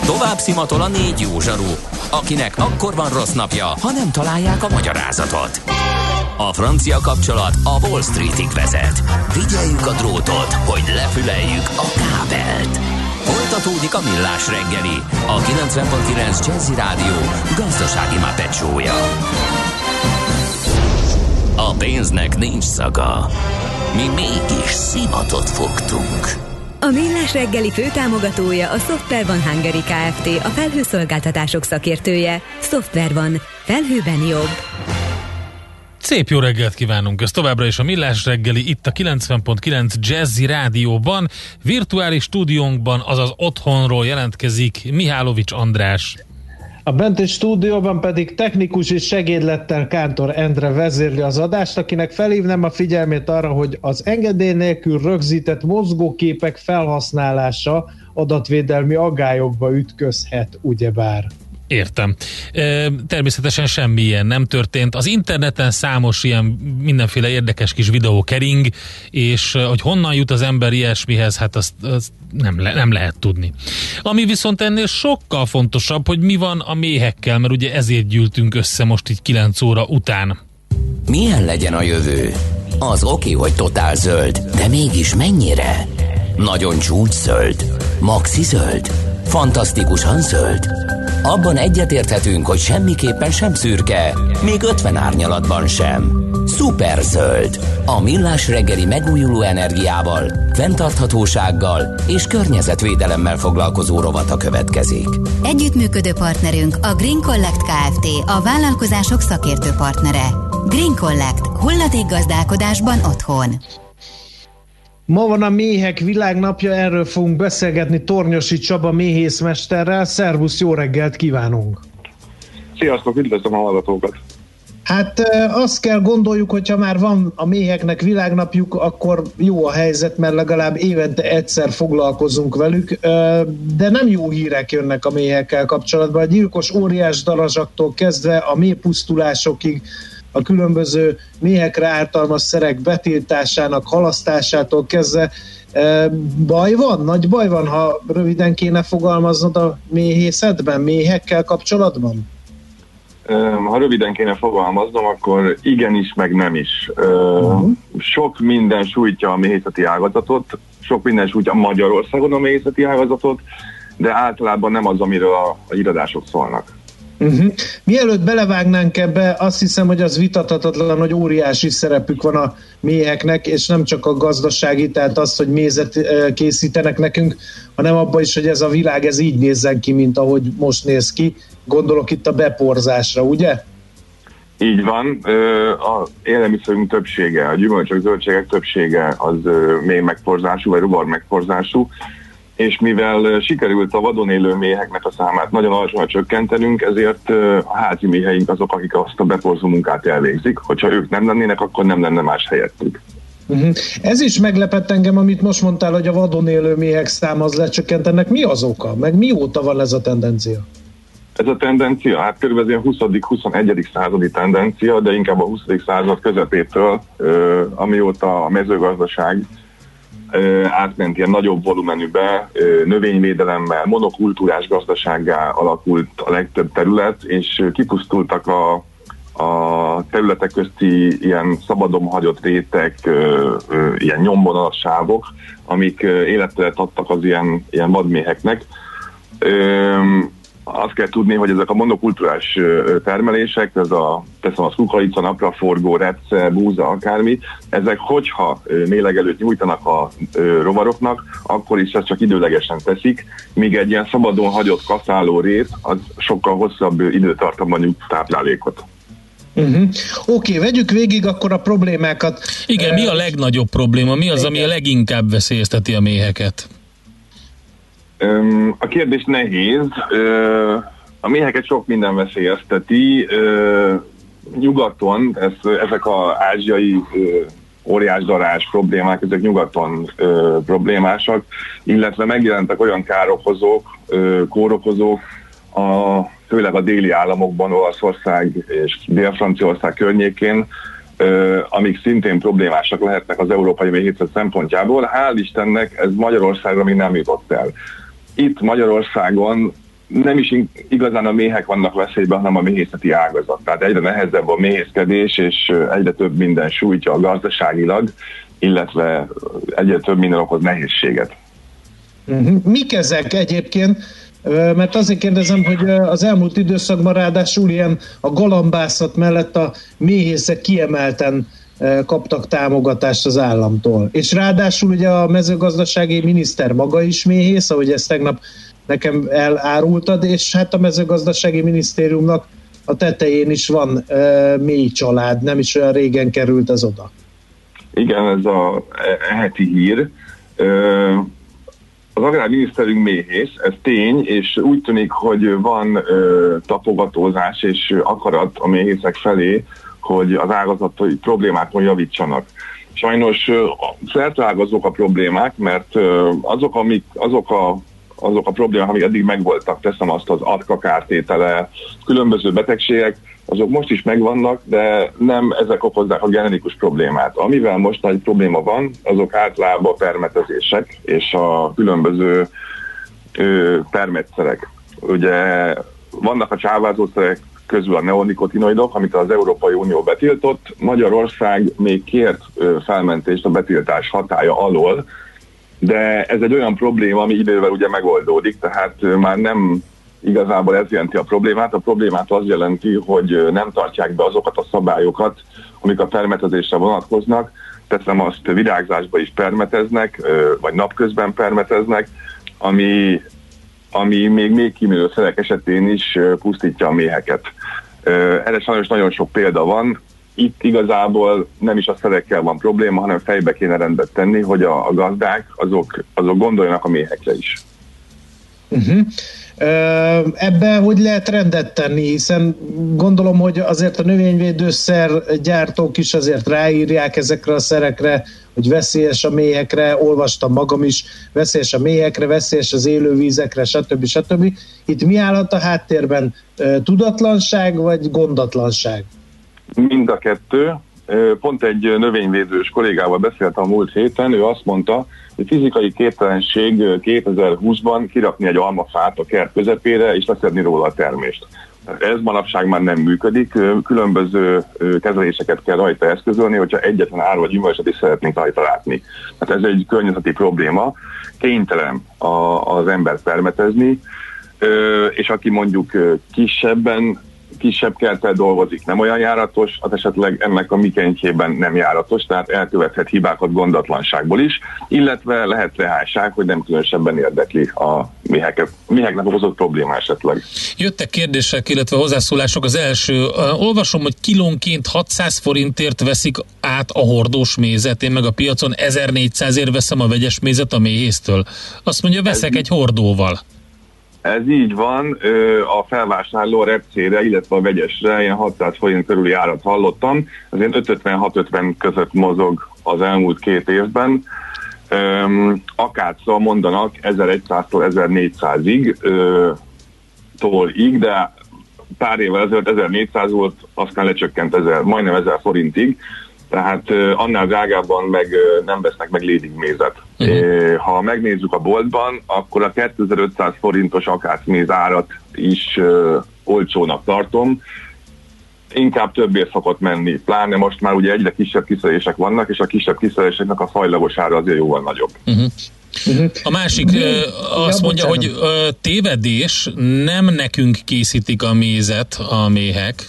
Tovább szimatol a 4 jó zsaru, akinek akkor van rossz napja, ha nem találják a magyarázatot. A francia kapcsolat a Wall Streetig vezet. Figyeljük a drótot, hogy lefüleljük a kábelt. Folytatódik a Millás reggeli, a 90.9 Jazzy Rádió gazdasági mápecsója. A pénznek nincs szaga. Mi mégis szimatot fogtunk. A Millás reggeli főtámogatója a SoftwareOne Hungary Kft. A felhőszolgáltatások szakértője. SoftwareOne. Felhőben jobb. Szép jó reggelt kívánunk! Ez továbbra is a Millás reggeli, itt a 90.9 Jazzy Rádióban. Virtuális stúdiónkban, azaz otthonról jelentkezik Mihálovics András. A benti stúdióban pedig technikus és segédlettel Kántor Endre vezérli az adást, akinek felhívnám a figyelmét arra, hogy az engedély nélkül rögzített mozgóképek felhasználása adatvédelmi aggályokba ütközhet, ugyebár. Értem. Természetesen semmi ilyen nem történt. Az interneten számos ilyen mindenféle érdekes kis videó kering, és hogy honnan jut az ember ilyesmihez, hát azt nem lehet tudni. Ami viszont ennél sokkal fontosabb, hogy mi van a méhekkel, mert ugye ezért gyűltünk össze most így 9 óra után. Milyen legyen a jövő? Az oké, hogy totál zöld, de mégis mennyire? Nagyon csúcs zöld? Maxi zöld? Fantasztikusan zöld? Abban egyetérthetünk, hogy semmiképpen sem szürke, még 50 árnyalatban sem. Szuperzöld. A Millás reggeli megújuló energiával, fenntarthatósággal és környezetvédelemmel foglalkozó rovata következik. Együttműködő partnerünk a Green Collect Kft. A vállalkozások szakértő partnere. Green Collect. Hulladékgazdálkodásban otthon. Ma van a Méhek Világnapja, erről fogunk beszélgetni Tornyosi Csaba méhészmesterrel. Szervusz, jó reggelt kívánunk! Sziasztok, üdvözlöm a hallgatókat! Hát azt kell gondoljuk, hogyha már van a méheknek világnapjuk, akkor jó a helyzet, mert legalább évente egyszer foglalkozunk velük, de nem jó hírek jönnek a méhekkel kapcsolatban. A gyilkos óriás darazsaktól kezdve a méhpusztulásokig, a különböző méhekre ártalmas szerek betiltásának, halasztásától kezdve baj van? Nagy baj van, ha röviden kéne fogalmaznod a méhészetben, méhekkel kapcsolatban? Ha röviden kéne fogalmaznom, akkor igenis, meg nem is. Sok minden sújtja a méhészeti ágazatot, sok minden sújtja Magyarországon a méhészeti ágazatot, de általában nem az, amiről a híradások szólnak. Mielőtt belevágnánk ebbe, azt hiszem, hogy az vitathatatlan, hogy óriási szerepük van a méheknek, és nem csak a gazdasági, tehát az, hogy mézet készítenek nekünk, hanem abban is, hogy ez a világ ez így nézzen ki, mint ahogy most néz ki. Gondolok itt a beporzásra, ugye? Így van. Az élelmiszerünk többsége, a gyümölcsök, zöldségek többsége az méh megporzású, vagy rovar megporzású, és mivel sikerült a vadon élő méheknek a számát nagyon alacsonyra csökkentenünk, ezért a házi méheink azok, akik azt a beporzó munkát elvégzik. Hogyha ők nem lennének, akkor nem lenne más helyettük. Ez is meglepett engem, amit most mondtál, hogy a vadon élő méhek száma az lecsökkent. Ennek mi az oka? Meg mióta van ez a tendencia? Ez a tendencia, hát körülbelül 20.-21. századi tendencia, de inkább a 20. század közepétől, amióta a mezőgazdaság átment ilyen nagyobb volumenűbe, növényvédelemmel, monokultúrás gazdasággá alakult a legtöbb terület, és kipusztultak a területek közti ilyen szabadon hagyott rétek, ilyen nyomvonalas sávok, amik életteret adtak az ilyen vadméheknek. Azt kell tudni, hogy ezek a monokultúrás termelések, teszem az kukorica, napraforgó, repce, búza, akármi, ezek hogyha mélegelőt nyújtanak a rovaroknak, akkor is ezt csak időlegesen teszik, míg egy ilyen szabadon hagyott kaszáló rész, az sokkal hosszabb időtartamban nyújt táplálékot. Oké, vegyük végig akkor a problémákat. Igen, mi a legnagyobb probléma? Mi az, ami a leginkább veszélyezteti a méheket? A kérdés nehéz. A méheket sok minden veszélyezteti. Nyugaton, ezek az ázsiai óriásdarás problémák, ezek nyugaton problémásak, illetve megjelentek olyan károkozók, kórokozók, főleg a déli államokban, Olaszország és Dél-Franciaország környékén, amik szintén problémásak lehetnek az európai méhészet szempontjából. Hál' Istennek ez Magyarországra még nem jutott el. Itt Magyarországon nem is igazán a méhek vannak veszélyben, hanem a méhészeti ágazat. Tehát egyre nehezebb a méhészkedés, és egyre több minden sújtja a gazdaságilag, illetve egyre több minden okoz nehézséget. Mik ezek egyébként? Mert azért kérdezem, hogy az elmúlt időszakban ráadásul ilyen a galambászat mellett a méhészek kiemelten kaptak támogatást az államtól. És ráadásul ugye a mezőgazdasági miniszter maga is méhész, ahogy ezt tegnap nekem elárultad, és hát a mezőgazdasági minisztériumnak a tetején is van mély család, nem is olyan régen került ez oda. Igen, ez a heti hír. Az agrárminiszterünk méhész, ez tény, és úgy tűnik, hogy van tapogatózás és akarat a méhészek felé, hogy az ágazatai problémákon javítsanak. Sajnos szerteágazók a problémák, mert azok a problémák, amik eddig megvoltak, teszem azt, az atka kártétele, különböző betegségek, azok most is megvannak, de nem ezek okozzák a generikus problémát. Amivel most nagy probléma van, azok általában a permetezések és a különböző permetszerek. Ugye vannak a csávázószerek közül a neonikotinoidok, amit az Európai Unió betiltott. Magyarország még kért felmentést a betiltás hatálya alól, de ez egy olyan probléma, ami idővel ugye megoldódik, tehát már nem igazából ez jelenti a problémát. A problémát az jelenti, hogy nem tartják be azokat a szabályokat, amik a permetezésre vonatkoznak. Teszem azt, virágzásba is permeteznek, vagy napközben permeteznek, ami még kímélő szerek esetén is pusztítja a méheket. Erre sajnos nagyon sok példa van. Itt igazából nem is a szerekkel van probléma, hanem fejbe kéne rendet tenni, hogy a gazdák azok gondoljanak a méhekre is. Ebben hogy lehet rendet tenni, hiszen gondolom, hogy azért a növényvédőszer gyártók is azért ráírják ezekre a szerekre, hogy veszélyes a méhekre, olvastam magam is, veszélyes a méhekre, veszélyes az élővízekre, stb. Itt mi állhat a háttérben? Tudatlanság vagy gondatlanság? Mind a kettő. Pont egy növényvédős kollégával beszéltem a múlt héten, ő azt mondta, hogy fizikai képtelenség 2020-ban kirakni egy almafát a kert közepére és leszedni róla a termést. Ez manapság már nem működik, különböző kezeléseket kell rajta eszközölni, hogyha egyetlen ár vagy gyümölcsöt is szeretnénk rajta látni. Hát ez egy környezeti probléma, kénytelen az ember permetezni, és aki mondjuk kisebb kerttel dolgozik, nem olyan járatos, az esetleg ennek a mikéntjében nem járatos, tehát elkövethet hibákat gondatlanságból is, illetve lehet lehányság, hogy nem különösebben érdekli a méheknek okozott probléma esetleg. Jöttek kérdések, illetve hozzászólások. Az első, olvasom, hogy kilónként 600 forintért veszik át a hordós mézet, én meg a piacon 1400-ért veszem a vegyes mézet a méhésztől. Azt mondja, veszek egy hordóval. Ez így van, a felvásárló repcére, illetve a vegyesre ilyen 600 forint körüli árat hallottam, ez ilyen 550-650 között mozog az elmúlt 2 évben. Akárszor mondanak 1100-tól 1400-ig, de pár évvel ezelőtt 1400 volt, aztán lecsökkent majdnem 1000 forintig, tehát annál drágábban meg nem vesznek meg lédigmézet. Ha megnézzük a boltban, akkor a 2500 forintos akácméz árat is olcsónak tartom. Inkább többért szokott menni. Pláne most már ugye egyre kisebb kiszerelések vannak, és a kisebb kiszereléseknek a fajlagos ára azért jóval nagyobb. A másik azt mondja, hogy tévedés, nem nekünk készítik a mézet a méhek.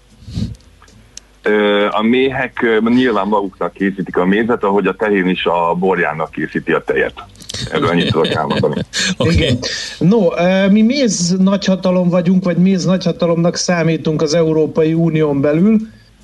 A méhek nyilván maguknak készítik a mézet, ahogy a tehén is a borjának készíti a tejet. Erről ennyit tudok elmondani. Okay. No, mi méz nagyhatalom vagyunk, vagy méz nagyhatalomnak számítunk az Európai Unión belül,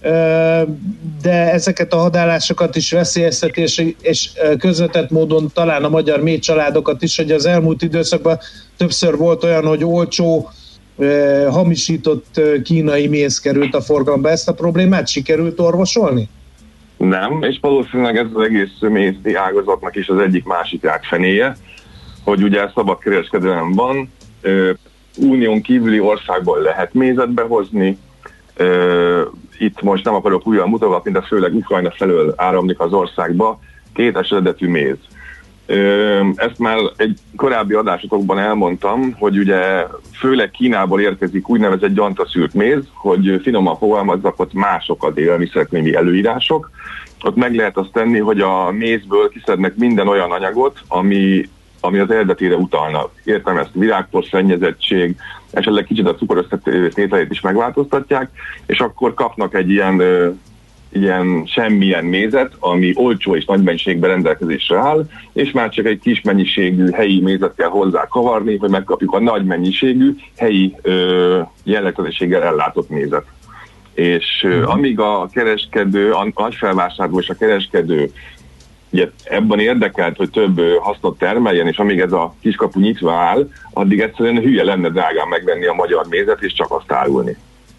de ezeket a hadállásokat is veszélyezteti, és közvetett módon talán a magyar méh családokat is, hogy az elmúlt időszakban többször volt olyan, hogy olcsó, hamisított kínai méz került a forgalomba. Ezt a problémát sikerült orvosolni? Nem, és valószínűleg ez az egész mézdi ágazatnak is az egyik másik ágfenéje, hogy ugye szabad kereskedelem van, unión kívüli országból lehet mézet behozni, itt most nem akarok újra mutogatni, de főleg Ukrajna felől áramlik az országba 2 eredetű méz. Ezt már egy korábbi adásotokban elmondtam, hogy ugye főleg Kínából érkezik úgynevezett gyantaszűrt méz, hogy finoman fogalmazzak, ott mások az élelmiszerkönyvi előírások. Ott meg lehet azt tenni, hogy a mézből kiszednek minden olyan anyagot, ami az eredetére utalna. Értem ezt, virágpor, szennyezettség, esetleg kicsit a cukorösszetételét is megváltoztatják, és akkor kapnak egy ilyen semmilyen mézet, ami olcsó és nagy mennyiségben rendelkezésre áll, és már csak egy kis mennyiségű helyi mézet kell hozzá kavarni, hogy megkapjuk a nagy mennyiségű helyi jellegzetességgel ellátott mézet. És amíg a kereskedő, a nagyfelvásárló és a kereskedő ugye ebben érdekelt, hogy több hasznot termeljen, és amíg ez a kiskapu nyitva áll, addig egyszerűen hülye lenne drágán megvenni a magyar mézet, és csak azt árulni.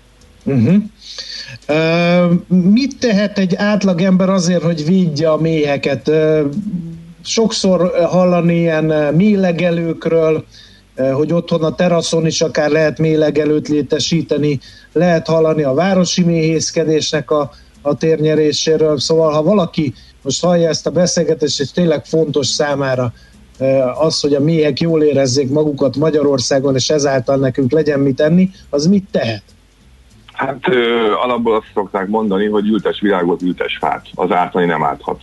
Mit tehet egy átlagember azért, hogy védje a méheket? Sokszor hallani ilyen méhlegelőkről, hogy otthon a teraszon is akár lehet méhlegelőt létesíteni, lehet hallani a városi méhészkedésnek a térnyeréséről. Szóval, ha valaki most hallja ezt a beszélgetést, és tényleg fontos számára az, hogy a méhek jól érezzék magukat Magyarországon, és ezáltal nekünk legyen mit enni, az mit tehet? Hát alapból azt szokták mondani, hogy ültes virágot, ültes fát. Az ártani nem árthat.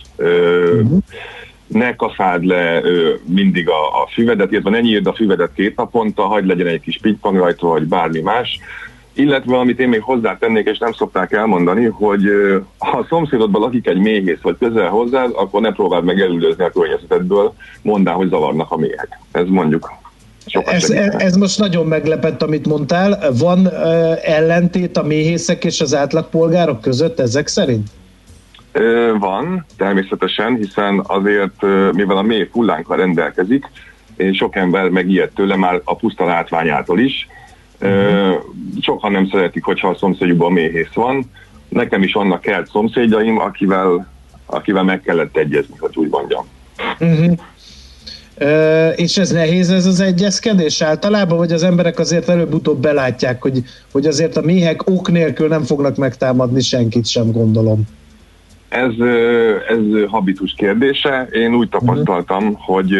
Ne kaszáld le mindig a füvedet, illetve ne nyírd a füvedet 2 naponta, hagyd legyen egy kis pittypang rajta, vagy bármi más. Illetve, amit én még hozzátennék, és nem szokták elmondani, hogy ha a szomszédodban lakik egy méhész, vagy közel hozzád, akkor ne próbáld meg elüldözni a környezetedből, mondd, hogy zavarnak a méhek. Ez mondjuk ez most nagyon meglepett, amit mondtál. Van ellentét a méhészek és az átlagpolgárok között ezek szerint? Van, természetesen, hiszen azért, mivel a méh hullánkkal rendelkezik, és sok ember megijed tőle már a puszta látványától is. Sokan nem szeretik, hogyha a szomszédjukban méhész van. Nekem is vannak kelt szomszédjaim, akivel meg kellett egyezni, hogy úgy mondjam. És ez nehéz, ez az egyezkedés általában, vagy az emberek azért előbb-utóbb belátják, hogy azért a méhek ok nélkül nem fognak megtámadni senkit sem, gondolom. Ez habitus kérdése. Én úgy tapasztaltam, hogy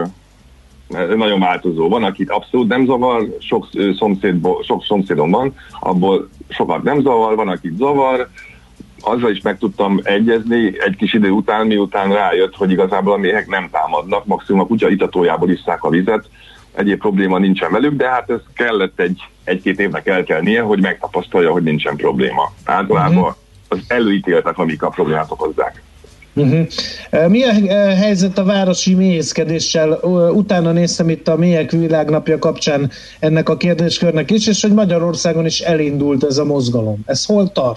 nagyon változó. Van, akit abszolút nem zavar, sok szomszédom van, abból sokat nem zavar, van, akit zavar. Azzal is meg tudtam egyezni egy kis idő után, miután rájött, hogy igazából a méhek nem támadnak, maximum a kutya itatójából isszák a vizet, egyéb probléma nincsen velük, de hát ez kellett egy-két évnek eltelnie, hogy megtapasztalja, hogy nincsen probléma. Általában az előítéltek, amik a problémát okozzák. Mi a helyzet a városi méhészkedéssel? Utána néztem itt a Méhek Világnapja kapcsán ennek a kérdéskörnek is, és hogy Magyarországon is elindult ez a mozgalom. Ez hol tart?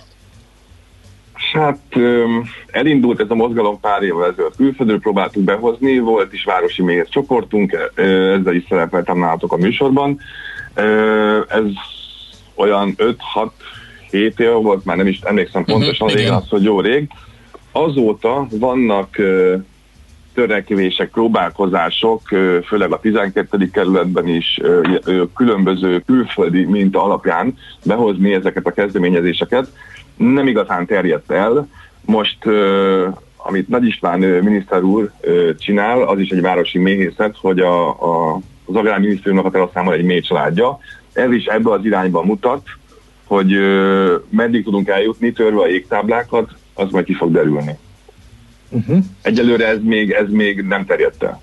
Hát elindult ez a mozgalom pár évvel ezelőtt. Külföldről próbáltuk behozni, volt is városi méhész csoportunk, ezzel is szerepeltem nálatok a műsorban. Ez olyan 5-6-7 év volt, már nem is emlékszem pontosan, régen az, hogy jó rég. Azóta vannak törekvések, próbálkozások, főleg a 12. kerületben is különböző külföldi minta alapján behozni ezeket a kezdeményezéseket. Nem igazán terjedt el. Most, amit Nagy István miniszter úr csinál, az is egy városi méhészet, hogy az Agrárminisztériumnak a teraszán egy méh családja. Ez is ebbe az irányba mutat, hogy meddig tudunk eljutni, törve a jégtáblákat, az majd ki fog derülni. Egyelőre ez még nem terjedt el.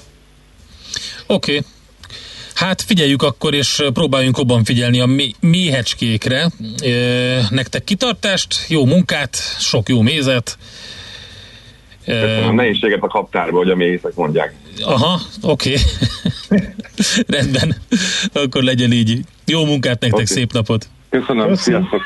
Oké. Hát figyeljük akkor, és próbáljunk jobban figyelni a méhecskékre. Nektek kitartást, jó munkát, sok jó mézet. Köszönöm, nehézséget a kaptárba, hogy a méhészek mondják. Aha, oké. Rendben. Akkor legyen így. Jó munkát nektek, szép napot. Köszönöm, sziasztok.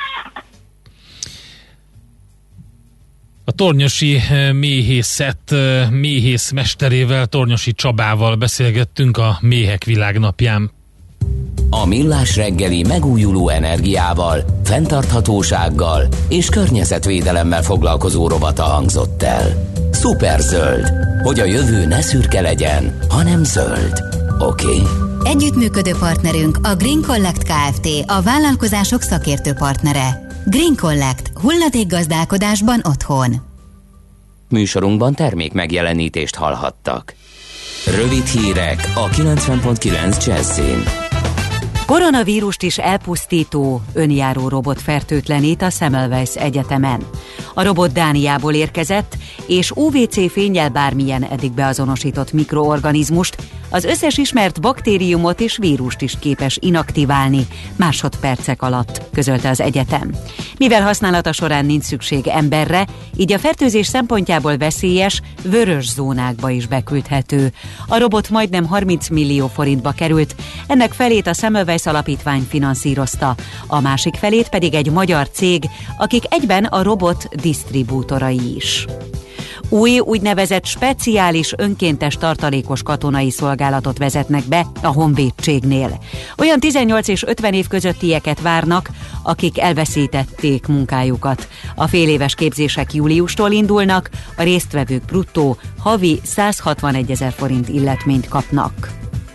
A tornyosi méhészet méhészmesterével, Tornyosi Csabával beszélgettünk a Méhek Világnapján. A Millás reggeli megújuló energiával, fenntarthatósággal és környezetvédelemmel foglalkozó rovata hangzott el. Szuperzöld, hogy a jövő ne szürke legyen, hanem zöld. Oké? Együttműködő partnerünk a Green Collect Kft., a vállalkozások szakértő partnere. Green Collect. Hulladékgazdálkodásban otthon. Műsorunkban termék megjelenítést hallhattak. Rövid hírek a 90.9 Jazzyn. Koronavírust is elpusztító, önjáró robot fertőtlenít a Semmelweis Egyetemen. A robot Dániából érkezett, és UVC fénnyel bármilyen eddig beazonosított mikroorganizmust, az összes ismert baktériumot és vírust is képes inaktiválni másodpercek alatt, közölte az egyetem. Mivel használata során nincs szükség emberre, így a fertőzés szempontjából veszélyes, vörös zónákba is beküldhető. A robot majdnem 30 millió forintba került, ennek felét a Semmelweis Alapítvány finanszírozta, a másik felét pedig egy magyar cég, akik egyben a robot disztribútorai is. Új, úgynevezett speciális önkéntes tartalékos katonai szolgálatot vezetnek be a honvédségnél. Olyan 18 és 50 év közöttieket várnak, akik elveszítették munkájukat. A féléves képzések júliustól indulnak, a résztvevők bruttó havi 161 000 forint illetményt kapnak.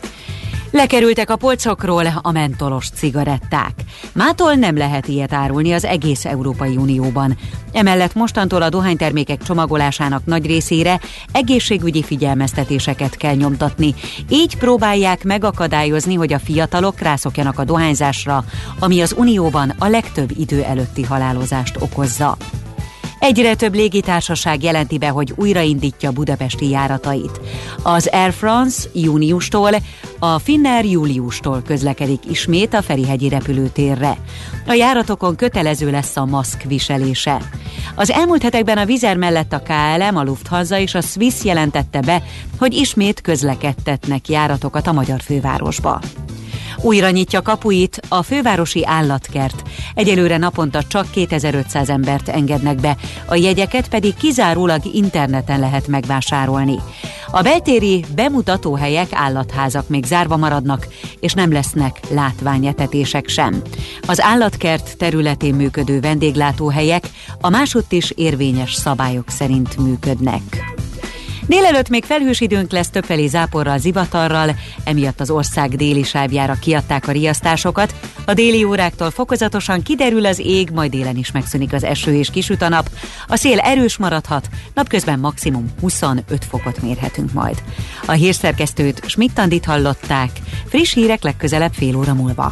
Lekerültek a polcokról a mentolos cigaretták. Mától nem lehet ilyet árulni az egész Európai Unióban. Emellett mostantól a dohánytermékek csomagolásának nagy részére egészségügyi figyelmeztetéseket kell nyomtatni. Így próbálják megakadályozni, hogy a fiatalok rászokjanak a dohányzásra, ami az Unióban a legtöbb idő előtti halálozást okozza. Egyre több légitársaság jelenti be, hogy újraindítja budapesti járatait. Az Air France júniustól, a Finnair júliustól közlekedik ismét a Ferihegyi repülőtérre. A járatokon kötelező lesz a maszk viselése. Az elmúlt hetekben a Wizz Air mellett a KLM, a Lufthansa és a Swiss jelentette be, hogy ismét közlekedtetnek járatokat a magyar fővárosba. Újra nyitja kapuit a fővárosi állatkert. Egyelőre naponta csak 2500 embert engednek be, a jegyeket pedig kizárólag interneten lehet megvásárolni. A beltéri bemutatóhelyek, állatházak még zárva maradnak, és nem lesznek látványetetések sem. Az állatkert területén működő vendéglátóhelyek a másutt is érvényes szabályok szerint működnek. Délelőtt még felhős időnk lesz, többfelé záporral, zivatarral, emiatt az ország déli sávjára kiadták a riasztásokat. A déli óráktól fokozatosan kiderül az ég, majd délen is megszűnik az eső és kisüt a nap. A szél erős maradhat, napközben maximum 25 fokot mérhetünk majd. A hírszerkesztőt, Schmidt-Andit hallották, friss hírek legközelebb fél óra múlva.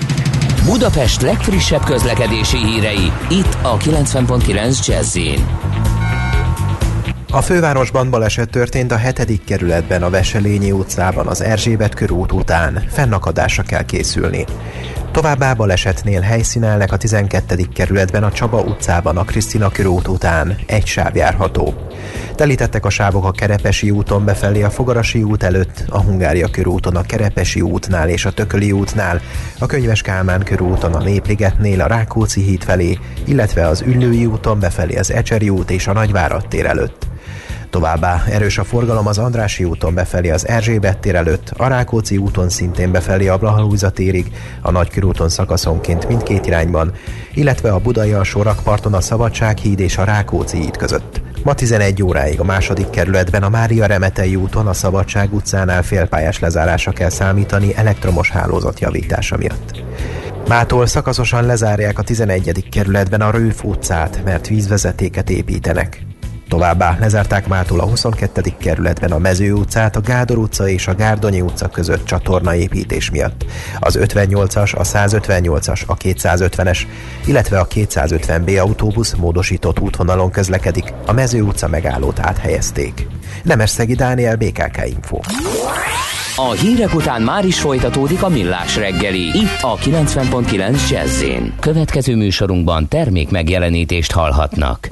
Budapest legfrissebb közlekedési hírei, itt a 90.9 Jazzyn. A fővárosban baleset történt a 7. kerületben, a Veselényi utcában, az Erzsébet körút után. Fennakadásra kell készülni. Továbbá balesetnél helyszínelnek a 12. kerületben, a Csaba utcában, a Krisztina körút után. Egy sáv járható. Telítettek a sávok a Kerepesi úton befelé, a Fogarasi út előtt, a Hungária körúton, a Kerepesi útnál és a Tököli útnál, a Könyves Kálmán körúton, a Népligetnél, a Rákóczi híd felé, illetve az Üllői úton befelé, az Ecseri út és a Nagyvárad tér előtt. Továbbá erős a forgalom az Andrássy úton befelé az Erzsébet tér előtt, a Rákóczi úton szintén befelé a Blaha-Lujza térig, a Nagykörúton szakaszonként mindkét irányban, illetve a Budai alsó rakparton a Szabadsághíd és a Rákóczi híd között. Ma 11 óráig a 2. kerületben a Mária Remetei úton a Szabadság utcánál félpályás lezárásra kell számítani elektromos hálózat javítása miatt. Mától szakaszosan lezárják a 11. kerületben a Rőf utcát, mert vízvezetéket építenek. Továbbá lezárták mától a 22. kerületben a Mező utcát, a Gádor utca és a Gárdonyi utca között csatornaépítés miatt. Az 58-as, a 158-as, a 250-es, illetve a 250B autóbusz módosított útvonalon közlekedik, a Mező utca megállót áthelyezték. Nemesszegi Dániel, BKK Info. A hírek után már is folytatódik a Millás reggeli, itt a 90.9 Jazzyn. Következő műsorunkban termék megjelenítést hallhatnak.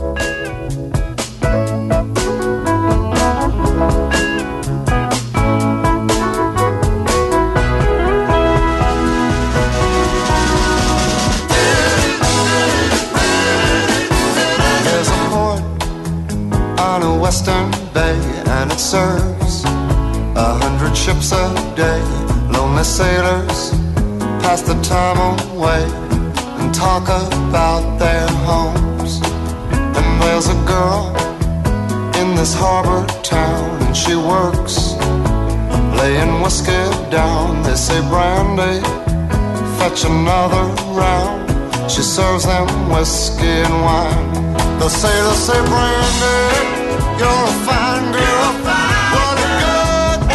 Western Bay, and it serves 100 ships a day. Lonely sailors pass the time away and talk about their homes. And there's a girl in this harbor town, and she works laying whiskey down. They say, Brandy, fetch another round. She serves them whiskey and wine. The sailors say, Brandy, you're a fine girl, what a good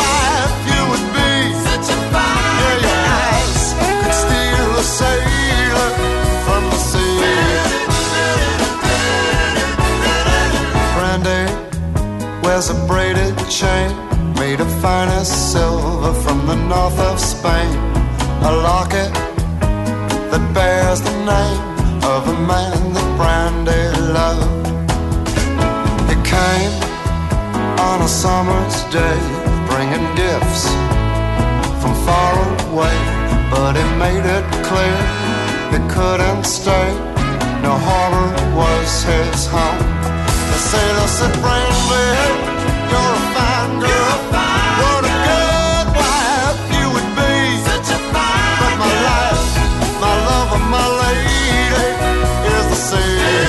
a braided chain made of finest silver from the north of Spain. A locket that bears the name of a man that Brandy loved. He came on a summer's day, bringing gifts from far away, but he made it clear he couldn't stay. No harbor was his home. The sailor said, Brandy, you're a fine girl. What a good wife you would be. Such a fine but my life, my love, and my lady is the sea.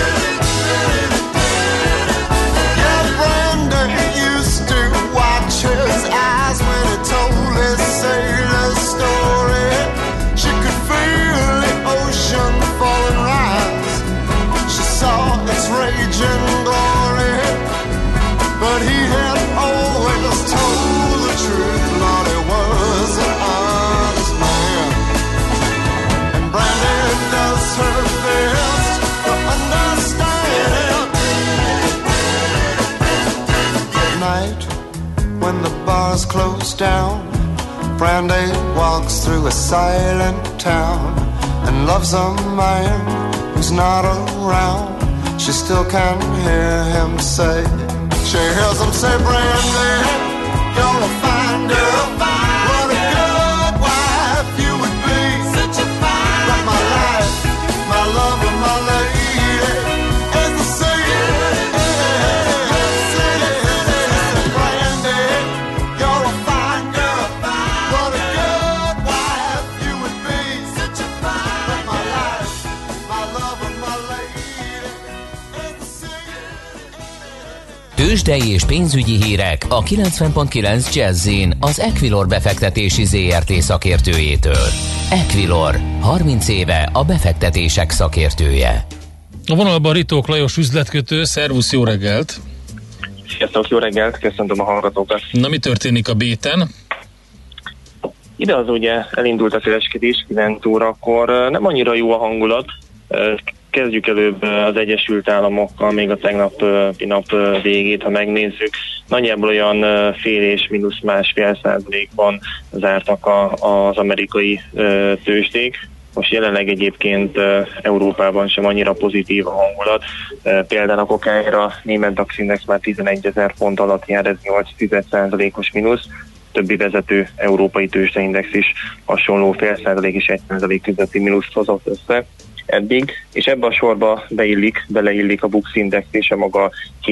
Yeah, Brandy used to watch his eyes when he told his sailor story. She could feel the ocean fall and rise. She saw its raging glory, but he had always told the truth. Lord, he was an honest man, and Brandy does her best to understand him. At night, when the bars close down, Brandy walks through a silent town and loves a man who's not around. She still can hear him say, she hears him say, Brandy, you're a fine girl. What a good wife you would be. Such a fine but my life, my love, and my lady is the sea. Brandy, you're a fine girl. What a good wife you would be. Such a fine but my life, my love, and my lady is the sea. Tőzsdei és pénzügyi hírek a 90.9 Jazz-in az Equilor befektetési ZRT szakértőjétől. Equilor, 30 éve a befektetések szakértője. A vonalban Ritók Lajos üzletkötő, szervusz, jó reggelt! Sziasztok, jó reggelt, köszöntöm a hallgatókat! Na, mi történik a B-ten? Ide az ugye elindult a kereskedés 9 órakor, nem annyira jó a hangulat. Kezdjük előbb az Egyesült Államokkal, még a tegnapi nap végét, ha megnézzük. Nagyjából olyan fél és mínusz 1,5%-ban zártak az amerikai tőzsdék. Most jelenleg egyébként Európában sem annyira pozitív a hangulat. Például a kokáira német DAX index már 11.000 pont alatt jár, ez 8,1%-os mínusz. Többi vezető európai tőzsdeindex is hasonló fél százalék és 1% közötti mínuszt hozott össze eddig, és ebbe a sorba beleillik a Bux Index és a maga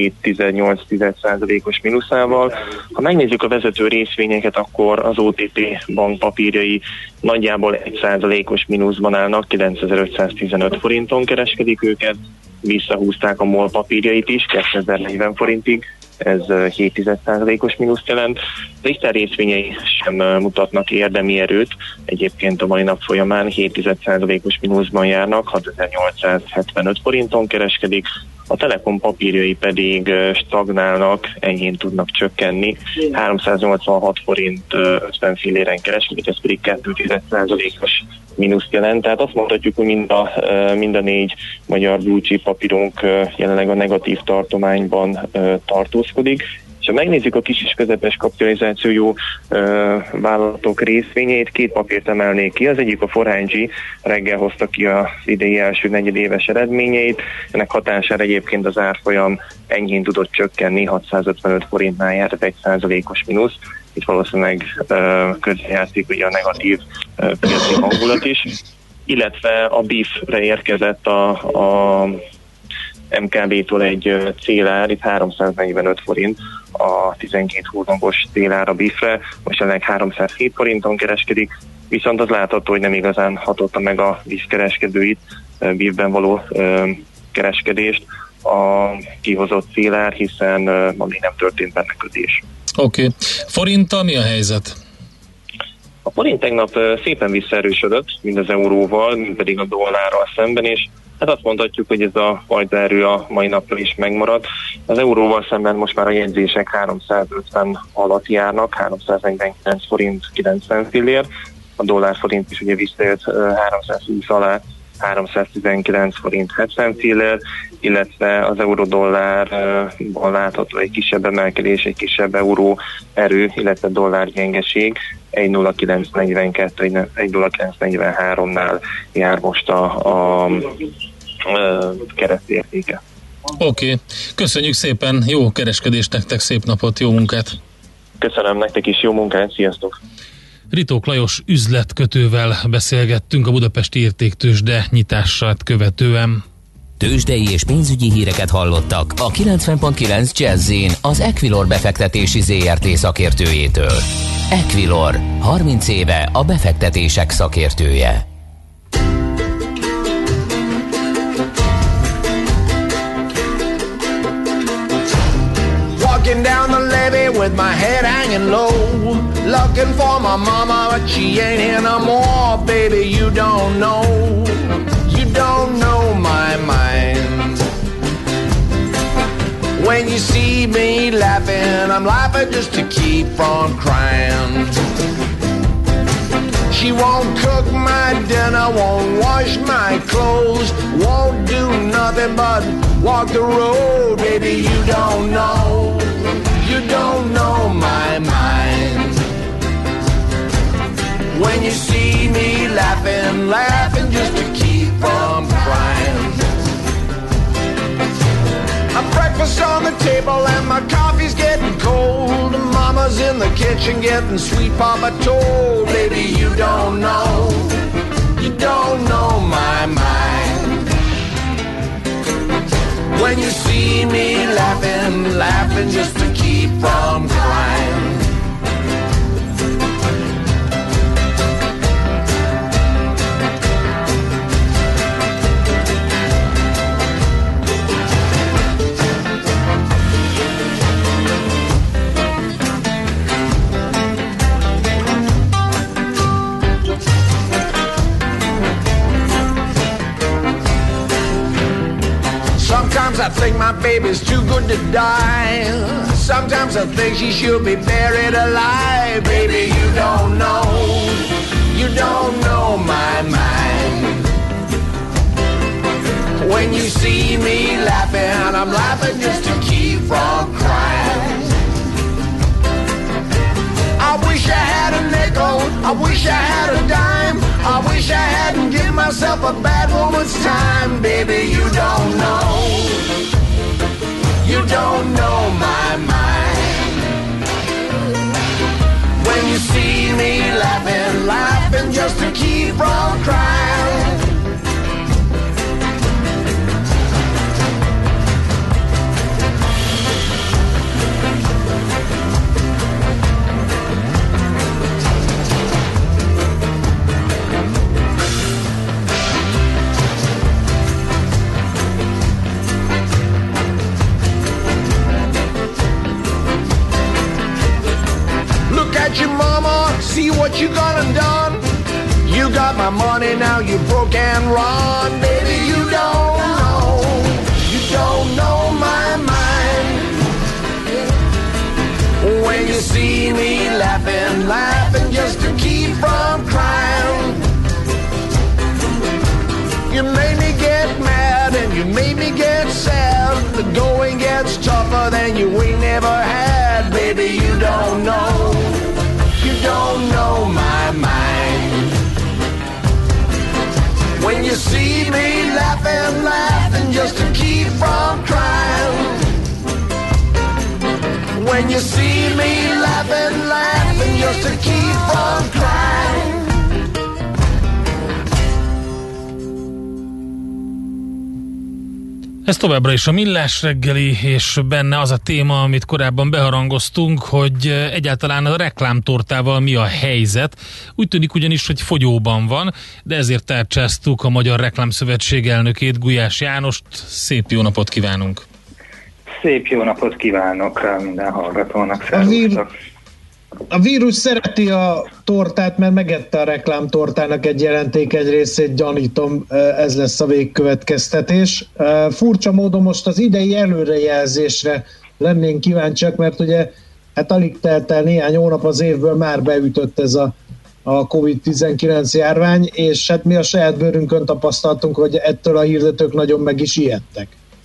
2,18%-os mínuszával. Ha megnézzük a vezető részvényeket, akkor az OTP bank papírjai nagyjából 1%-os mínuszban állnak, 9515 forinton kereskedik őket, visszahúzták a MOL papírjait is 2040 forintig, ez 7,1%-os mínuszt jelent. Az Richter részvényei sem mutatnak érdemi erőt, egyébként a mai nap folyamán 7,1%-os mínuszban járnak, 6875 forinton kereskedik, a Telekom papírjai pedig stagnálnak, enyhén tudnak csökkenni, 386 forint 50 filléren kereskedik, ez pedig 2,1%-os mínuszt jelent, tehát azt mondhatjuk, hogy mind a 4 magyar blue chip papírunk jelenleg a negatív tartományban tartózkodik. És ha megnézzük a kis és közepes kapitalizációjú vállalatok részvényeit, 2 papírt emelnék ki. Az egyik a Forányi, reggel hozta ki az idei első negyedéves eredményeit. Ennek hatására egyébként az árfolyam enyhén tudott csökkenni, 655 forintnál járt, 1%-os mínusz. Itt valószínűleg közrejátszik ugye a negatív piaci hangulat is. Illetve a BIF-re érkezett a MKB-tól egy célár, itt 345 forint, a 12 hónapos célár a BIF-re, most jelenleg 307 forinton kereskedik, viszont az látható, hogy nem igazán hatotta meg a BIF kereskedőit, BIF-ben való kereskedést a kihozott célár, hiszen ma még nem történt benne kötés. Oké. Forinttal mi a helyzet? A forint tegnap szépen visszaerősödött, mind az euróval, mind pedig a dollárral szemben, és hát azt mondhatjuk, hogy ez a fajta erő a mai napra is megmarad. Az euróval szemben most már a jegyzések 350 alatt járnak, 349 forint 90 fillér, a dollár forint is ugye visszajött 320 alá, 319 forint 70 fillér, illetve az euró-dollárban látható egy kisebb emelkedés, egy kisebb euró erő, illetve dollár gyengeség. 1.0942, 1.0943-nál jár most a keresztértéke. Oké. Köszönjük szépen, jó kereskedést nektek, szép napot, jó munkát! Köszönöm nektek is, jó munkát, sziasztok! Ritók Lajos üzletkötővel beszélgettünk a budapesti értéktőzsde nyitását követően. Tőzsdei és pénzügyi híreket hallottak a 90.9 Jazz-in az Equilor befektetési ZRT szakértőjétől. Equilor, 30 éve a befektetések szakértője. Walking down the levee with my head hanging low, looking for my mama, but she ain't here no more. Baby, you don't know my mind. When you see me laughing, I'm laughing just to keep from crying. She won't cook my dinner, won't wash my clothes, won't do nothing but walk the road. Baby, you don't know my mind. When you see me laughing, laughing just to keep from crying. Breakfast on the table and my coffee's getting cold. Mama's in the kitchen getting sweet Papa told. Baby, you don't know my mind. When you see me laughing, laughing just to keep from crying. Sometimes I think my baby's too good to die. Sometimes I think she should be buried alive. Baby, you don't know my mind. When you see me laughing, I'm laughing just to keep from crying. I wish I had a nickel, I wish I had a dime, I wish I hadn't given myself a bad woman's time. Baby, you don't know my mind. When you see me laughing, laughing just to keep from crying. Your mama, see what you gone and done. You got my money, now you broke and run. Baby, you don't know my mind. When you see me laughing, laughing just to keep from crying. You made me get mad and you made me get sad. The going gets tougher than you ain't never had. Baby, you don't know my mind. When you see me laughing, laughing just to keep from crying. When you see me laughing, laughing just to keep from crying. Ez továbbra is a Millás reggeli, és benne az a téma, amit korábban beharangoztunk, hogy egyáltalán a reklámtortával mi a helyzet. Úgy tűnik ugyanis, hogy fogyóban van, de ezért tárcsáztuk a Magyar Reklámszövetség elnökét, Gulyás Jánost. Szép jó napot kívánunk! Szép jó napot kívánok minden hallgatónak! A vírus szereti a tortát, mert megette a reklámtortának egy jelenték egy részét, gyanítom, ez lesz a végkövetkeztetés. Furcsa módon most az idei előrejelzésre lennénk kíváncsiak, mert ugye hát alig telt el néhány hónap az évből, már beütött ez a a COVID-19 járvány, és hát mi a saját bőrünkön tapasztaltunk, hogy ettől a hirdetők nagyon meg is ijedtek.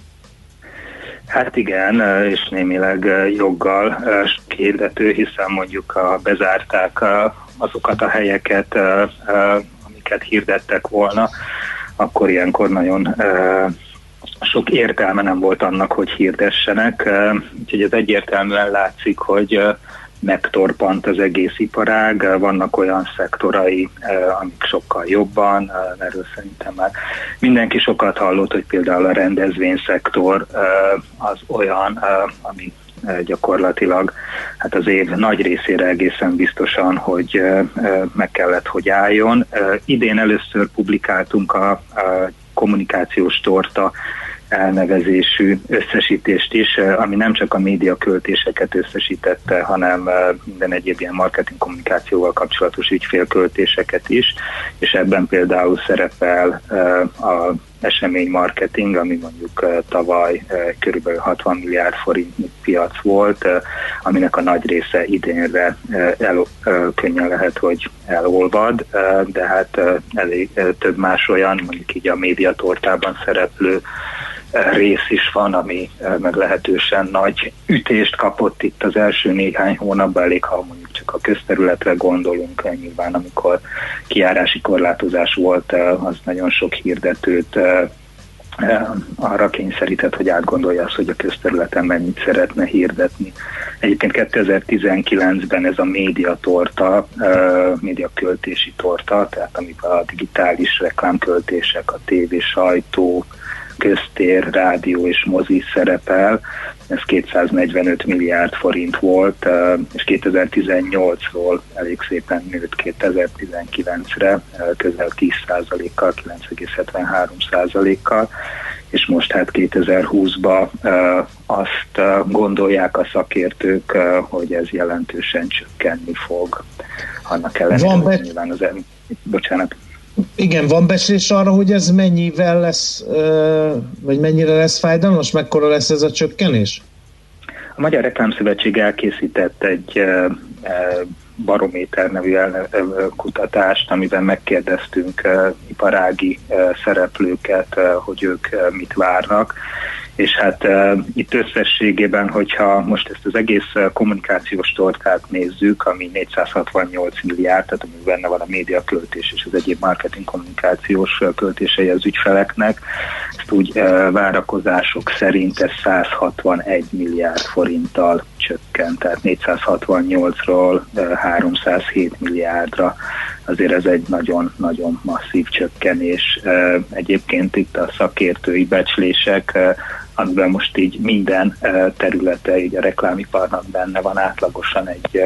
Hát igen, és némileg joggal hirdető, hiszen mondjuk bezárták azokat a helyeket, amiket hirdettek volna, akkor ilyenkor nagyon sok értelme nem volt annak, hogy hirdessenek. Úgyhogy ez egyértelműen látszik, hogy megtorpant az egész iparág, vannak olyan szektorai, amik sokkal jobban, erről szerintem már mindenki sokat hallott, hogy például a rendezvényszektor az olyan, ami gyakorlatilag hát az év nagy részére egészen biztosan, hogy meg kellett, hogy álljon. Idén először publikáltunk a kommunikációs torta elnevezésű összesítést is, ami nem csak a médiaköltéseket összesítette, hanem minden egyéb ilyen marketing kommunikációval kapcsolatos ügyfélköltéseket is, és ebben például szerepel a eseménymarketing, ami mondjuk tavaly körülbelül 60 milliárd forintnyi piac volt, aminek a nagy része idénre könnyen lehet, hogy elolvad, de hát elég több más olyan, mondjuk így a médiatortában szereplő rész is van, ami meglehetősen nagy ütést kapott itt az első néhány hónapban, elég ha mondjuk csak a közterületre gondolunk, nyilván amikor kijárási korlátozás volt, az nagyon sok hirdetőt arra kényszerített, hogy átgondolja azt, hogy a közterületen mennyit szeretne hirdetni. Egyébként 2019-ben ez a médiatorta, médiaköltési torta, tehát amiben a digitális reklámköltések, a tévé, sajtó, köztér, rádió és mozi szerepel, ez 245 milliárd forint volt, és 2018-ról elég szépen nőtt 2019-re, közel 10%-kal, 9,73%-kal, és most hát 2020-ban azt gondolják a szakértők, hogy ez jelentősen csökkenni fog. Annak ellenére, hogy nyilván az bocsánat. Igen, van becslés arra, hogy ez mennyivel lesz, vagy mennyire lesz fájdalmas, mekkora lesz ez a csökkenés? A Magyar Reklámszövetség elkészített egy barométer nevű kutatást, amiben megkérdeztünk iparági szereplőket, hogy ők mit várnak, és hát itt összességében, hogyha most ezt az egész kommunikációs tortát nézzük, ami 468 milliárd, tehát ami benne van a médiaköltés és az egyéb marketing kommunikációs költései az ügyfeleknek, ezt úgy várakozások szerint ez 161 milliárd forinttal csökkent, tehát 468-ról 307 milliárdra. Azért ez egy nagyon-nagyon masszív csökkenés. Egyébként itt a szakértői becslések, amiben most így minden területe így a reklámiparnak benne van, átlagosan egy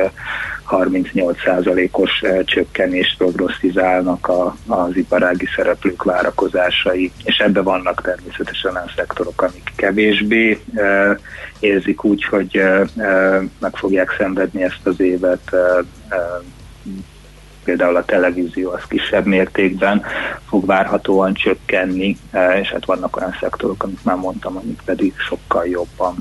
38%-os csökkenést prognosztizálnak az iparági szereplők várakozásai, és ebben vannak természetesen olyan szektorok, amik kevésbé érzik úgy, hogy meg fogják szenvedni ezt az évet, például a televízió az kisebb mértékben fog várhatóan csökkenni, és hát vannak olyan szektorok, amit már mondtam, amik pedig sokkal jobban.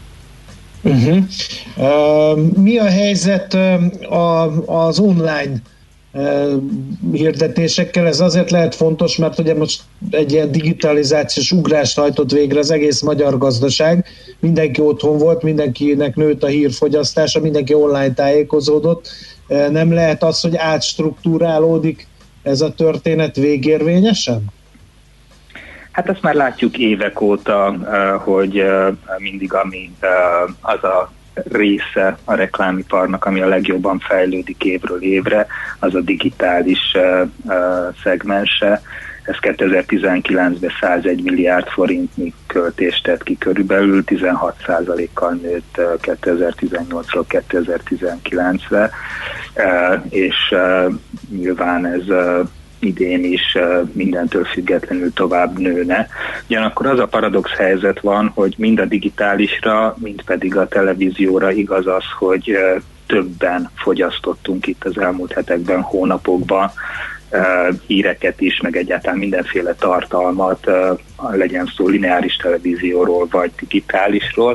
Mi a helyzet az online hirdetésekkel? Ez azért lehet fontos, mert ugye most egy ilyen digitalizációs ugrást hajtott végre az egész magyar gazdaság. Mindenki otthon volt, mindenkinek nőtt a hírfogyasztása, mindenki online tájékozódott. Nem lehet az, hogy átstruktúrálódik ez a történet végérvényesen? Hát ezt már látjuk évek óta, hogy mindig ami az a része a reklámiparnak, ami a legjobban fejlődik évről évre, az a digitális szegmense. Ez 2019-ben 101 milliárd forintnyi költést tett ki körülbelül, 16%-kal nőtt 2018-ról 2019-re, és nyilván ez idén is mindentől függetlenül tovább nőne. Ugyanakkor az a paradox helyzet van, hogy mind a digitálisra, mind pedig a televízióra igaz az, hogy többen fogyasztottunk itt az elmúlt hetekben, hónapokban híreket is, meg egyáltalán mindenféle tartalmat, legyen szó lineáris televízióról vagy digitálisról,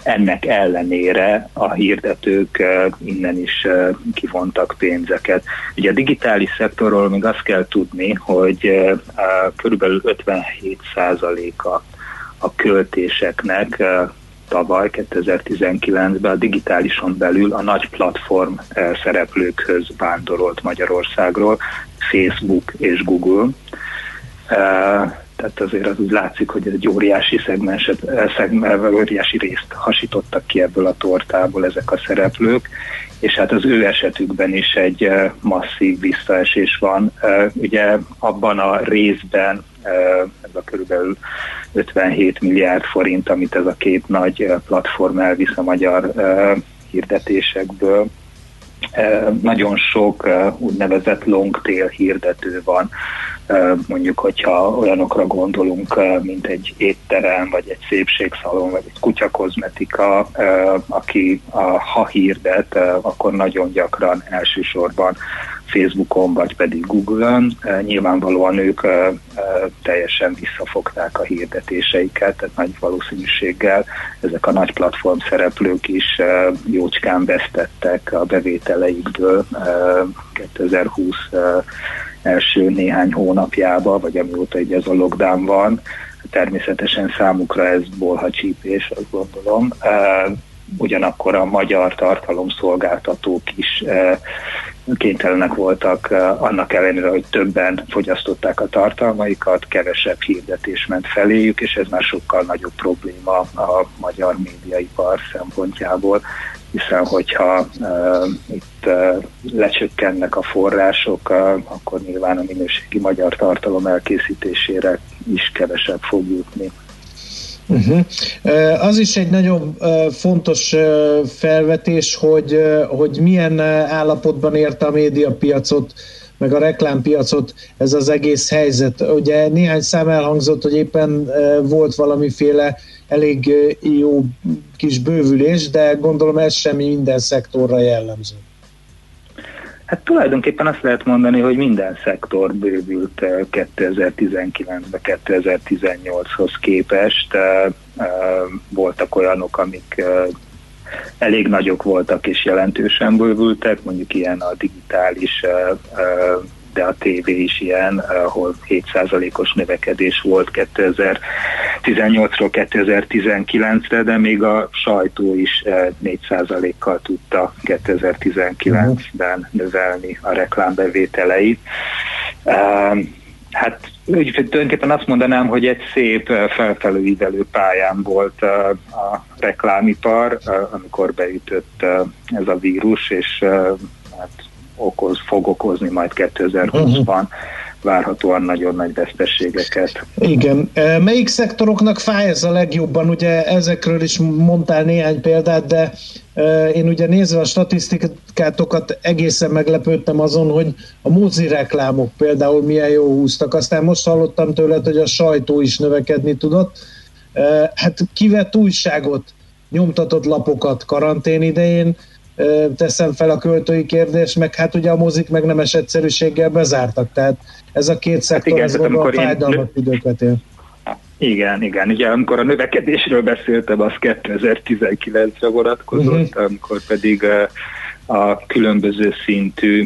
ennek ellenére a hirdetők innen is kivontak pénzeket. Ugye a digitális szektorról még azt kell tudni, hogy körülbelül 57%-a a költéseknek tavaly 2019-ben a digitálison belül a nagy platform szereplőkhöz vándorolt Magyarországról, Facebook és Google. Tehát azért az úgy látszik, hogy egy óriási óriási részt hasítottak ki ebből a tortából ezek a szereplők, és hát az ő esetükben is egy masszív visszaesés van. Ugye abban a részben ez a körülbelül 57 milliárd forint, amit ez a két nagy platform elvisz a magyar hirdetésekből, nagyon sok úgynevezett long tail hirdető van, mondjuk, hogyha olyanokra gondolunk, mint egy étterem, vagy egy szépségszalon, vagy egy kutyakozmetika, aki ha hirdet, akkor nagyon gyakran elsősorban Facebookon, vagy pedig Google-on. Nyilvánvalóan ők teljesen visszafogták a hirdetéseiket, tehát nagy valószínűséggel ezek a nagy platform szereplők is jócskán vesztettek a bevételeikből 2020 első néhány hónapjában, vagy amióta így ez a lockdown van. Természetesen számukra ez bolhacsípés, azt gondolom. Ugyanakkor a magyar tartalomszolgáltatók is kénytelenek voltak, annak ellenére, hogy többen fogyasztották a tartalmaikat, kevesebb hirdetés ment feléjük, és ez már sokkal nagyobb probléma a magyar médiaipar szempontjából, hiszen hogyha itt lecsökkennek a források, akkor nyilván a minőségi magyar tartalom elkészítésére is kevesebb fog jutni. Az is egy nagyon fontos felvetés, hogy milyen állapotban érte a médiapiacot, meg a reklámpiacot ez az egész helyzet. Ugye néhány szám elhangzott, hogy éppen volt valamiféle elég jó kis bővülés, de gondolom ez semmi minden szektorra jellemző. Hát tulajdonképpen azt lehet mondani, hogy minden szektor bővült 2019-ben 2018-hoz képest. Voltak olyanok, amik elég nagyok voltak és jelentősen bővültek, mondjuk ilyen a digitális, de a tévé is ilyen, ahol 7%-os növekedés volt 2018-ról 2019-re, de még a sajtó is 4%-kal tudta 2019-ben növelni a reklámbevételeit. Hát tulajdonképpen azt mondanám, hogy egy szép felfelőívelő pályán volt a reklámipar, amikor beütött ez a vírus, és hát fog okozni majd 2020-ban várhatóan nagyon nagy veszteségeket. Igen. Melyik szektoroknak fáj ez a legjobban? Ugye ezekről is mondtál néhány példát, de én ugye nézve a statisztikátokat egészen meglepődtem azon, hogy a mozi reklámok például milyen jó húztak. Aztán most hallottam tőled, hogy a sajtó is növekedni tudott. Hát kivett újságot, nyomtatott lapokat karantén idején, teszem fel a költői kérdést, meg hát ugye a mozik meg nemes egyszerűséggel bezártak, tehát ez a két szektor, ez gondolom fájdalmas időket él. Igen. Ugye amikor a növekedésről beszéltem, az 2019-re vonatkozott, amikor pedig a különböző szintű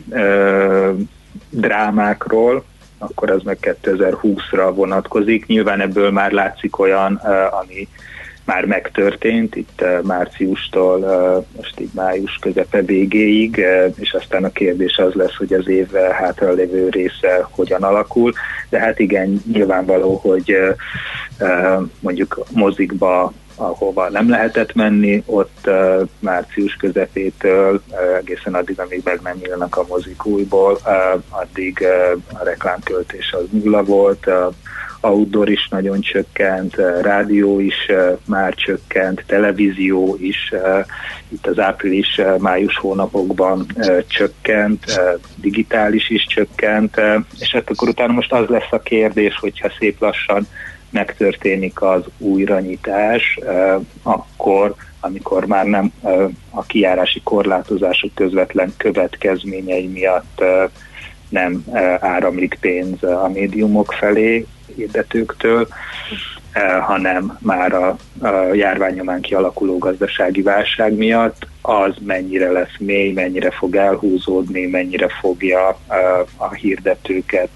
drámákról, akkor ez meg 2020-ra vonatkozik. Nyilván ebből már látszik olyan, ami már megtörtént, itt márciustól most így május közepe végéig, és aztán a kérdés az lesz, hogy az év hátralévő része hogyan alakul, de hát igen, nyilvánvaló, hogy mondjuk mozikba, ahova nem lehetett menni, ott március közepétől egészen addig, amíg meg nem nyílnak a mozik újból, addig a reklámköltés az nulla volt, outdoor is nagyon csökkent, rádió is már csökkent, televízió is itt az április-május hónapokban csökkent, digitális is csökkent, és hát akkor utána most az lesz a kérdés, hogyha szép lassan megtörténik az újranyitás, akkor, amikor már nem a kijárási korlátozások közvetlen következményei miatt nem áramlik pénz a médiumok felé, hirdetőktől, hanem már a járványnyomán kialakuló gazdasági válság miatt, az mennyire lesz mély, mennyire fog elhúzódni, mennyire fogja a hirdetők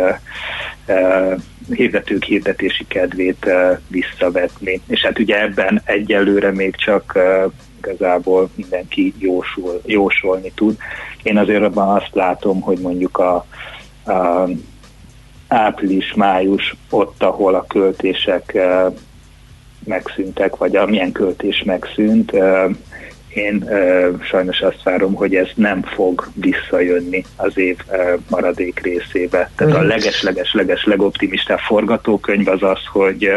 hirdetési kedvét visszavetni. És hát ugye ebben egyelőre még csak igazából mindenki jósolni tud. Én azért abban azt látom, hogy mondjuk a április-május ott, ahol a költések megszűntek, vagy amilyen költés megszűnt, én sajnos azt várom, hogy ez nem fog visszajönni az év maradék részébe. Tehát a leges legoptimistább forgatókönyv az az, hogy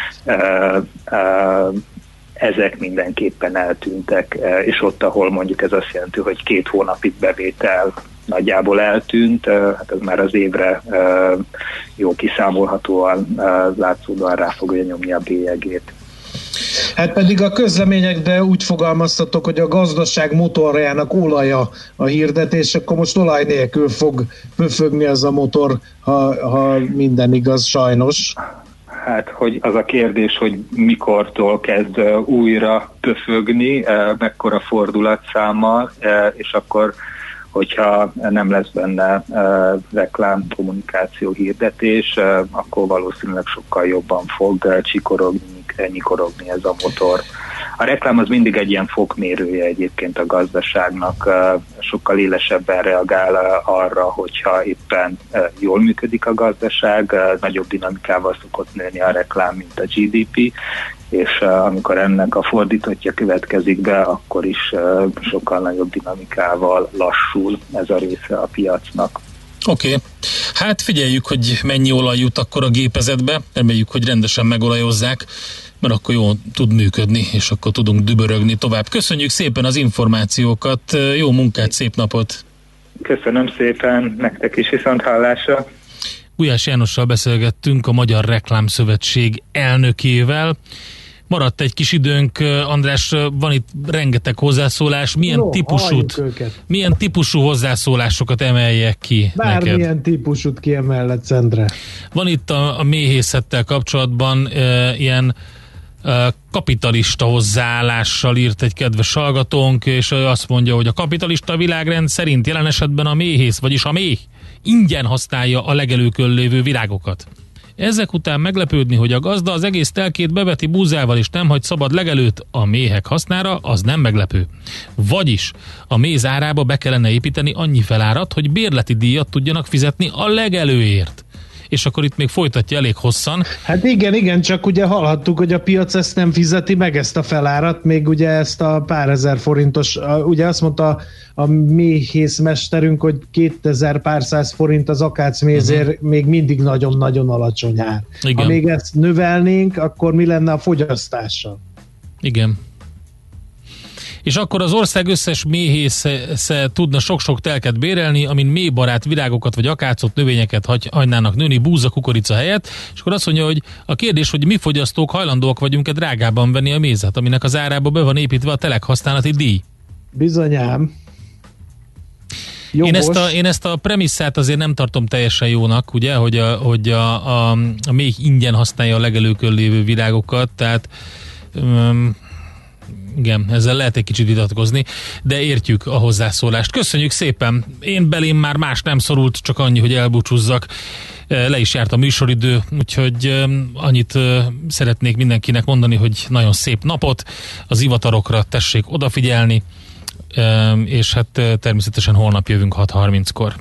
ezek mindenképpen eltűntek, és ott, ahol mondjuk ez azt jelenti, hogy 2 hónapig bevétel nagyjából eltűnt, hát ez már az évre jó kiszámolhatóan, látszódóan rá fogja nyomni a bélyegét. Hát pedig a közleményekben úgy fogalmaztatok, hogy a gazdaság motorjának olaja a hirdetés, akkor most olaj nélkül fog pöfögni az a motor, ha minden igaz, sajnos. Hát, hogy az a kérdés, hogy mikortól kezd újra pöfögni, mekkora fordulatszámmal, és akkor, hogyha nem lesz benne reklám, kommunikáció, hirdetés, akkor valószínűleg sokkal jobban fog nyikorogni ez a motor. A reklám az mindig egy ilyen fokmérője egyébként a gazdaságnak, sokkal élesebben reagál arra, hogyha éppen jól működik a gazdaság, nagyobb dinamikával szokott nőni a reklám, mint a GDP, és amikor ennek a fordítottja következik be, akkor is sokkal nagyobb dinamikával lassul ez a része a piacnak. Oké. Hát figyeljük, hogy mennyi olaj jut akkor a gépezetbe, reméljük, hogy rendesen megolajozzák, mert akkor jól tud működni, és akkor tudunk dübörögni tovább. Köszönjük szépen az információkat, jó munkát, szép napot! Köszönöm szépen, nektek is viszonthallásra! Gulyás Jánossal beszélgettünk, a Magyar Reklámszövetség elnökével. Maradt egy kis időnk, András, van itt rengeteg hozzászólás. Milyen típusú hozzászólásokat emeljek ki neked? Bármilyen típusút kiemelletsz, Endre. Van itt a méhészettel kapcsolatban ilyen kapitalista hozzáállással írt egy kedves hallgatónk, és ő azt mondja, hogy a kapitalista világrend szerint jelen esetben a méhész, vagyis a méh ingyen használja a legelőkön lévő virágokat. Ezek után meglepődni, hogy a gazda az egész telkét beveti búzával és nem hagy szabad legelőt a méhek hasznára, az nem meglepő. Vagyis a méz árába be kellene építeni annyi felárat, hogy bérleti díjat tudjanak fizetni a legelőért. És akkor itt még folytatja elég hosszan. Hát igen, csak ugye hallhattuk, hogy a piac ezt nem fizeti meg, ezt a felárat, még ugye ezt a pár ezer forintos, ugye azt mondta a méhészmesterünk, hogy 2000 pár száz forint az akácmézért még mindig nagyon-nagyon alacsony ár. Igen. Ha még ezt növelnénk, akkor mi lenne a fogyasztással? Igen. És akkor az ország összes méhésze tudna sok-sok telket bérelni, amin méhbarát virágokat vagy akácot, növényeket hagynának nőni búza, kukorica helyett, és akkor azt mondja, hogy a kérdés, hogy mi fogyasztók hajlandóak vagyunk-e drágában venni a mézet, aminek az árába be van építve a telekhasználati díj. Bizonyám. Én ezt a premisszát azért nem tartom teljesen jónak, ugye, hogy a méh ingyen használja a legelőkön lévő virágokat, tehát igen, ezzel lehet egy kicsit vitatkozni, de értjük a hozzászólást. Köszönjük szépen! Én belém már más nem szorult, csak annyi, hogy elbúcsúzzak. Le is járt a műsoridő, úgyhogy annyit szeretnék mindenkinek mondani, hogy nagyon szép napot, az ivatarokra tessék odafigyelni, és hát természetesen holnap jövünk 6:30-kor.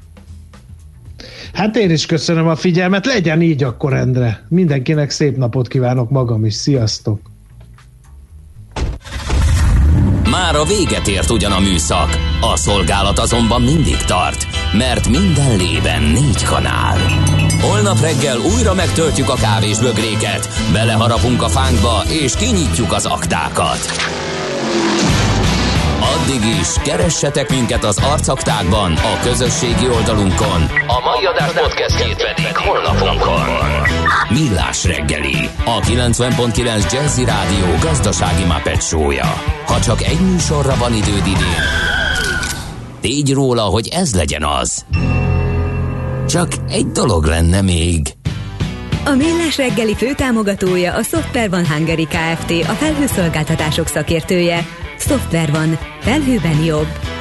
Hát én is köszönöm a figyelmet, legyen így akkor, Endre. Mindenkinek szép napot kívánok magam is, sziasztok! Már a véget ért ugyan a műszak, a szolgálat azonban mindig tart, mert minden lében 4 kanál. Holnap reggel újra megtöltjük a kávésbögréket, beleharapunk a fánkba és kinyitjuk az aktákat. Addig is keressetek minket az arcaktákban, a közösségi oldalunkon. A mai adás podcastjét pedig honlapunkon. Millás reggeli, a 90.9 Jazzy Rádió gazdasági Muppet show-ja. Ha csak egy műsorra van időd idén, tégy róla, hogy ez legyen az. Csak egy dolog lenne még. A Millás reggeli főtámogatója a Software One Hungary Kft. A felhőszolgáltatások szakértője. Software One. Felhőben jobb.